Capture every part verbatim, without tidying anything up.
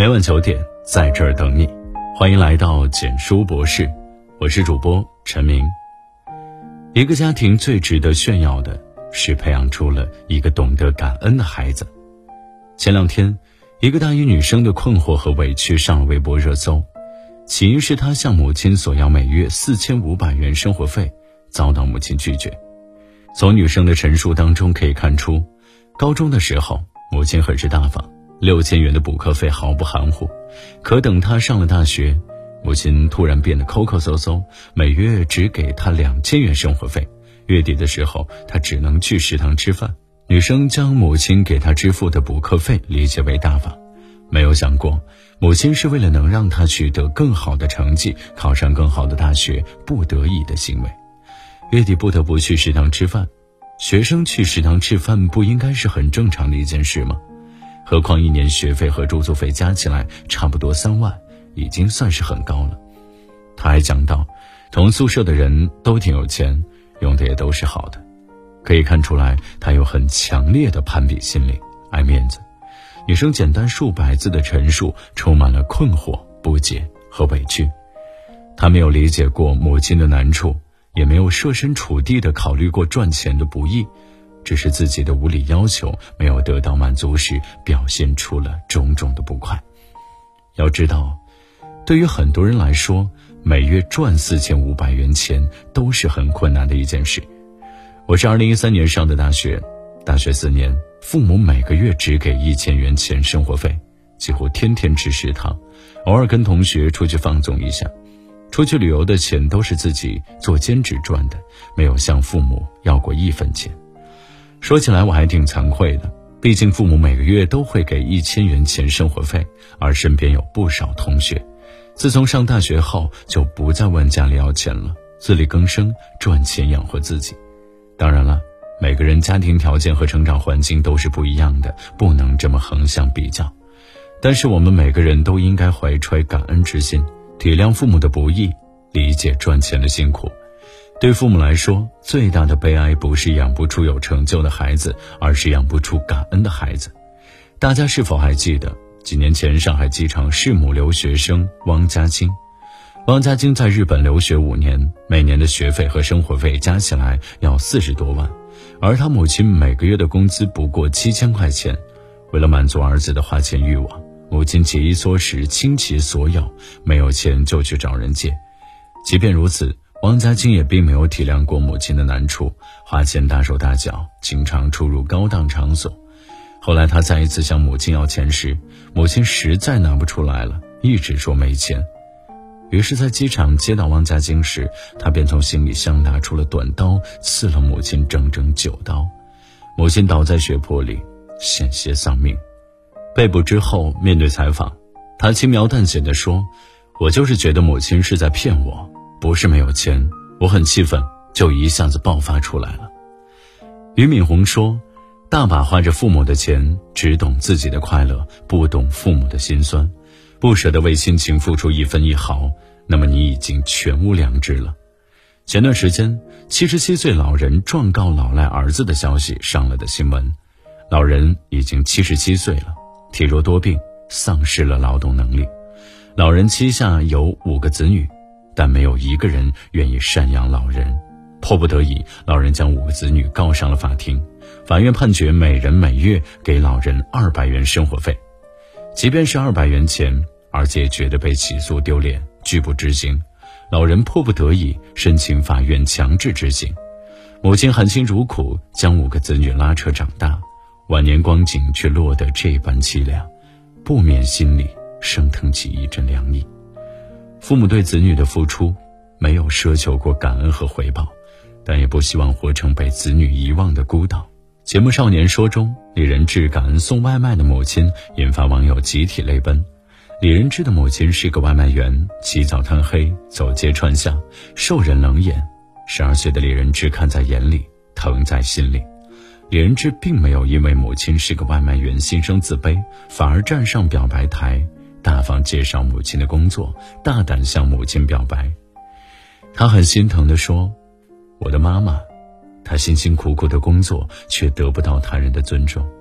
每晚九点在这儿等你，欢迎来到简书博士，我是主播陈明。一个家庭最值得炫耀的是培养出了一个懂得感恩的孩子。前两天，一个大一女生的困惑和委屈上了微博热搜，起因是她向母亲索要每月四千五百元生活费，遭到母亲拒绝。从女生的陈述当中可以看出，高中的时候母亲很是大方，六千元的补课费毫不含糊。可等她上了大学，母亲突然变得抠抠搜搜，每月只给她两千元生活费，月底的时候她只能去食堂吃饭。女生将母亲给她支付的补课费理解为大方，没有想过母亲是为了能让她取得更好的成绩，考上更好的大学不得已的行为。月底不得不去食堂吃饭，学生去食堂吃饭不应该是很正常的一件事吗？何况一年学费和住宿费加起来差不多三万，已经算是很高了。他还讲到，同宿舍的人都挺有钱，用的也都是好的。可以看出来，他有很强烈的攀比心理，爱面子。女生简单数百字的陈述充满了困惑、不解和委屈。她没有理解过母亲的难处，也没有设身处地地考虑过赚钱的不易，只是自己的无理要求没有得到满足时，表现出了种种的不快。要知道，对于很多人来说，每月赚四千五百元钱都是很困难的一件事。我是二零一三年上的大学，大学四年，父母每个月只给一千元钱生活费，几乎天天吃食堂，偶尔跟同学出去放纵一下。出去旅游的钱都是自己做兼职赚的，没有向父母要过一分钱。说起来我还挺惭愧的，毕竟父母每个月都会给一千元钱生活费，而身边有不少同学自从上大学后就不再问家里要钱了，自力更生，赚钱养活自己。当然了，每个人家庭条件和成长环境都是不一样的，不能这么横向比较。但是我们每个人都应该怀揣感恩之心，体谅父母的不易，理解赚钱的辛苦。对父母来说，最大的悲哀不是养不出有成就的孩子，而是养不出感恩的孩子。大家是否还记得几年前上海机场弑母留学生汪家晶？汪家晶在日本留学五年，每年的学费和生活费加起来要四十多万，而他母亲每个月的工资不过七千块钱。为了满足儿子的花钱欲望，母亲节衣缩食，倾其所有，没有钱就去找人借。即便如此，汪家晶也并没有体谅过母亲的难处，花钱大手大脚，经常出入高档场所。后来他再一次向母亲要钱时，母亲实在拿不出来了，一直说没钱。于是在机场接到汪家晶时，他便从行李箱拿出了短刀，刺了母亲整整九刀。母亲倒在血泊里，险些丧命。被捕之后面对采访，他轻描淡写地说，我就是觉得母亲是在骗我，不是没有钱，我很气愤，就一下子爆发出来了。俞敏洪说，大把花着父母的钱，只懂自己的快乐，不懂父母的辛酸，不舍得为亲情付出一分一毫，那么你已经全无良知了。前段时间，七十七岁老人状告老赖儿子的消息上了的新闻。老人已经七十七岁了，体弱多病，丧失了劳动能力。老人膝下有五个子女，但没有一个人愿意赡养老人。迫不得已，老人将五个子女告上了法庭。法院判决每人每月给老人二百元生活费。即便是二百元钱，儿子也觉得被起诉丢脸，拒不执行。老人迫不得已申请法院强制执行。母亲含辛茹苦将五个子女拉扯长大，晚年光景却落得这般凄凉，不免心里升腾起一阵凉意。父母对子女的付出没有奢求过感恩和回报，但也不希望活成被子女遗忘的孤岛。节目《少年说》中，李仁智感恩送外卖的母亲，引发网友集体泪奔。李仁智的母亲是个外卖员，起早贪黑，走街串巷，受人冷眼。十二岁的李仁智看在眼里，疼在心里。李仁智并没有因为母亲是个外卖员心生自卑，反而站上表白台，大方介绍母亲的工作，大胆向母亲表白。他很心疼地说，我的妈妈，她辛辛苦苦的工作却得不到他人的尊重，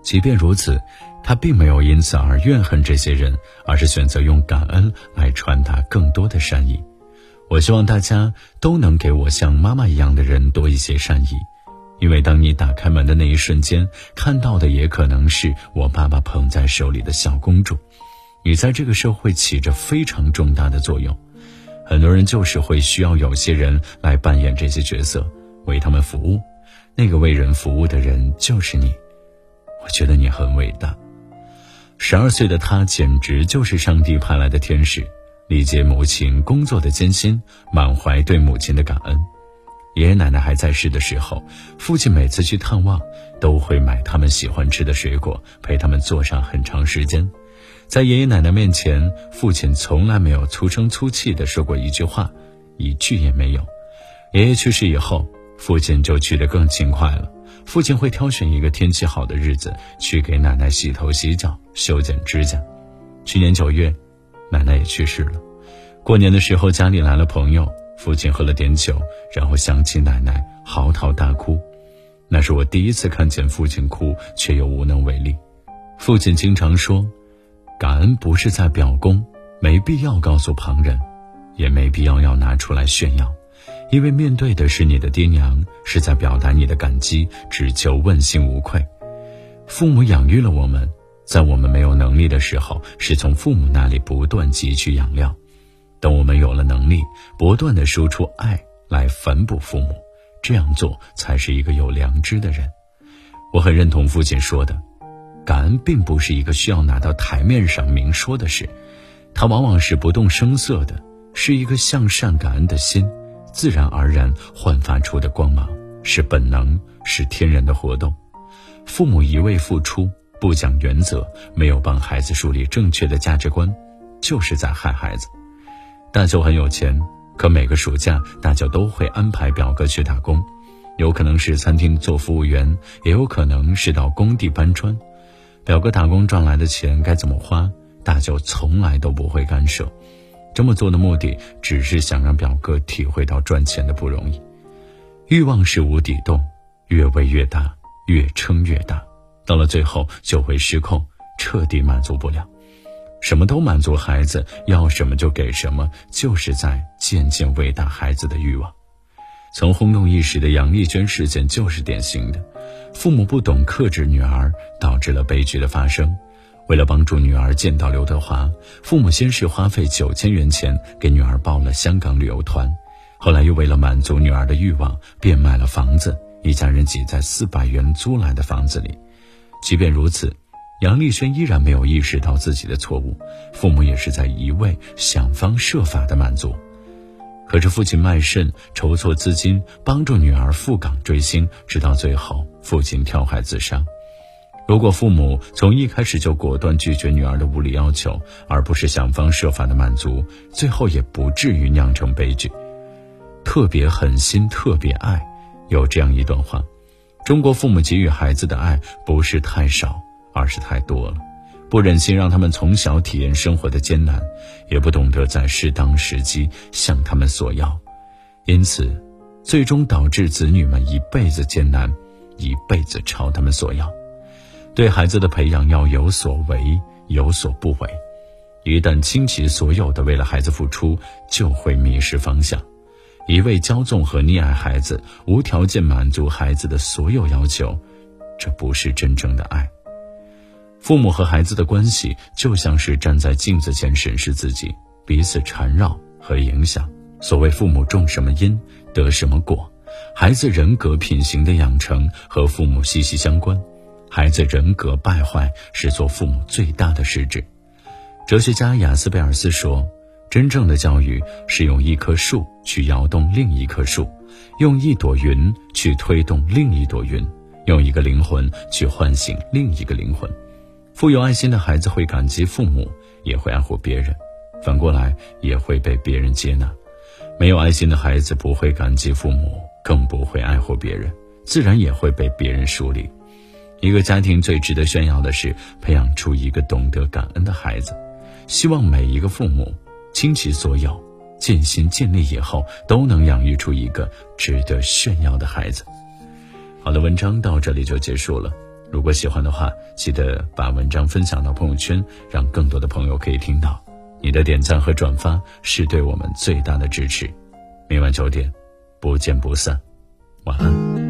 即便如此，他并没有因此而怨恨这些人，而是选择用感恩来传达更多的善意。我希望大家都能给我像妈妈一样的人多一些善意，因为当你打开门的那一瞬间，看到的也可能是我爸爸捧在手里的小公主。你在这个社会起着非常重大的作用，很多人就是会需要有些人来扮演这些角色，为他们服务。那个为人服务的人就是你，我觉得你很伟大。十二岁的他简直就是上帝派来的天使，理解母亲工作的艰辛，满怀对母亲的感恩。爷爷奶奶还在世的时候，父亲每次去探望都会买他们喜欢吃的水果，陪他们坐上很长时间。在爷爷奶奶面前，父亲从来没有粗声粗气地说过一句话，一句也没有。爷爷去世以后，父亲就去得更勤快了。父亲会挑选一个天气好的日子，去给奶奶洗头洗脚，修剪指甲。去年九月，奶奶也去世了。过年的时候，家里来了朋友，父亲喝了点酒，然后想起奶奶，嚎啕大哭。那是我第一次看见父亲哭，却又无能为力。父亲经常说，感恩不是在表功，没必要告诉旁人，也没必要要拿出来炫耀，因为面对的是你的爹娘，是在表达你的感激，只求问心无愧。父母养育了我们，在我们没有能力的时候，是从父母那里不断汲取养料。等我们有了能力，不断地输出爱来反哺父母，这样做才是一个有良知的人。我很认同父亲说的，感恩并不是一个需要拿到台面上明说的事，它往往是不动声色的，是一个向善感恩的心自然而然焕发出的光芒，是本能，是天然的活动。父母一味付出，不讲原则，没有帮孩子树立正确的价值观，就是在害孩子。大舅很有钱，可每个暑假大舅都会安排表哥去打工，有可能是餐厅做服务员，也有可能是到工地搬砖。表哥打工赚来的钱该怎么花，大舅从来都不会干涉。这么做的目的只是想让表哥体会到赚钱的不容易。欲望是无底洞，越喂越大，越撑越大，到了最后就会失控，彻底满足不了。什么都满足孩子，要什么就给什么，就是在渐渐喂大孩子的欲望。曾轰动一时的杨丽娟事件就是典型的，父母不懂克制女儿，导致了悲剧的发生。为了帮助女儿见到刘德华，父母先是花费九千元钱给女儿报了香港旅游团，后来又为了满足女儿的欲望，变卖了房子，一家人挤在四百元租来的房子里。即便如此，杨丽轩依然没有意识到自己的错误，父母也是在一味想方设法的满足。可是父亲卖肾筹措资金，帮助女儿赴港追星，直到最后父亲跳海自杀。如果父母从一开始就果断拒绝女儿的无理要求，而不是想方设法的满足，最后也不至于酿成悲剧。特别狠心特别爱，有这样一段话，中国父母给予孩子的爱不是太少，而是太多了，不忍心让他们从小体验生活的艰难，也不懂得在适当时机向他们索要，因此最终导致子女们一辈子艰难，一辈子朝他们索要。对孩子的培养要有所为，有所不为，一旦倾其所有的为了孩子付出，就会迷失方向。一味骄纵和溺爱孩子，无条件满足孩子的所有要求，这不是真正的爱。父母和孩子的关系就像是站在镜子前审视自己，彼此缠绕和影响。所谓父母种什么因，得什么果，孩子人格品行的养成和父母息息相关。孩子人格败坏是做父母最大的失职。哲学家雅斯贝尔斯说，真正的教育是用一棵树去摇动另一棵树，用一朵云去推动另一朵云，用一个灵魂去唤醒另一个灵魂。富有爱心的孩子会感激父母，也会爱护别人，反过来也会被别人接纳。没有爱心的孩子不会感激父母，更不会爱护别人，自然也会被别人疏离。一个家庭最值得炫耀的是培养出一个懂得感恩的孩子。希望每一个父母倾其所有，尽心尽力以后，都能养育出一个值得炫耀的孩子。好的，文章到这里就结束了。 如果喜欢的话，记得把文章分享到朋友圈，让更多的朋友可以听到。你的点赞和转发是对我们最大的支持。每晚九点，不见不散。晚安。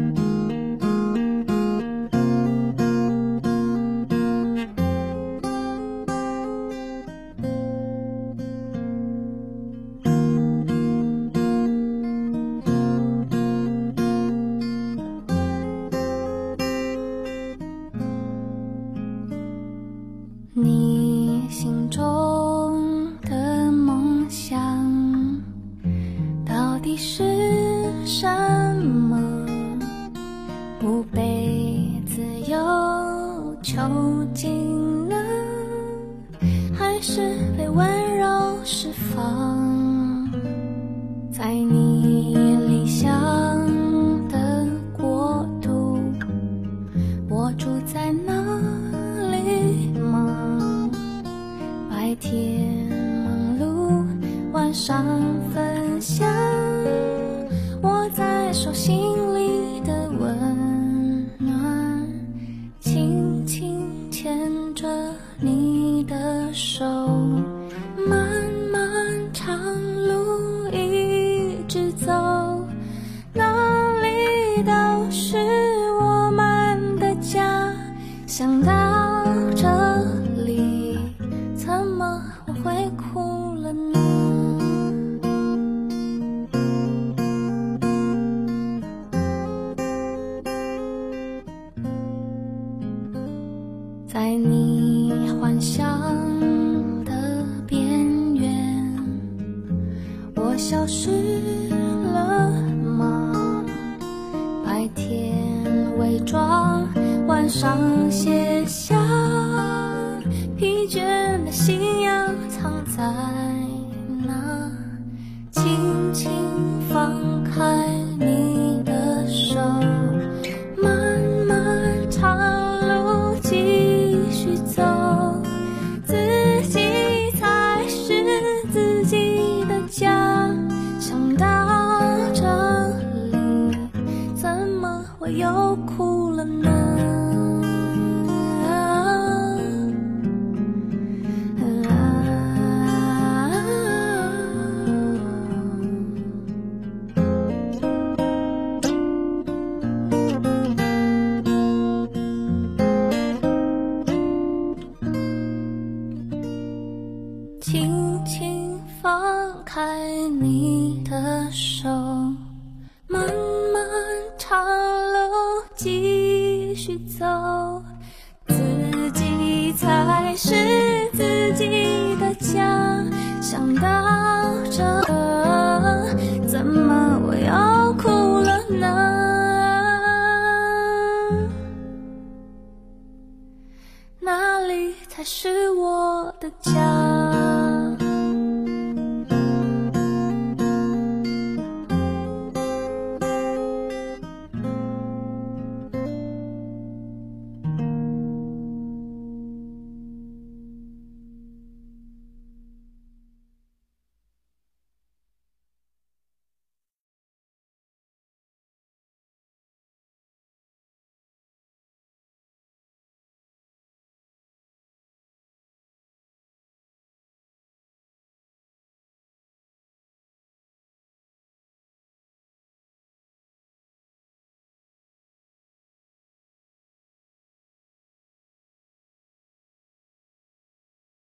你心中的梦想到底是什么？不被自由囚禁呢，还是被温柔释放？在你理想的国度，我住在哪里吗？白天忙碌，晚上分享我在手心里的温暖，轻轻牵着你的手，漫漫长路一直走，哪里都是我们的家。想到这里，怎么我会哭了呢？在你幻想的边缘，我消失了吗？白天伪装，晚上卸下疲倦的心要藏在哪？轻轻放开你的手，漫漫长路继续走，自己才是自己的家。想到这里，怎么我又哭了呢？轻轻放开你的手，漫漫长路继续走，自己才是自己的家。想到这，怎么我又哭了呢？哪里才是我的家？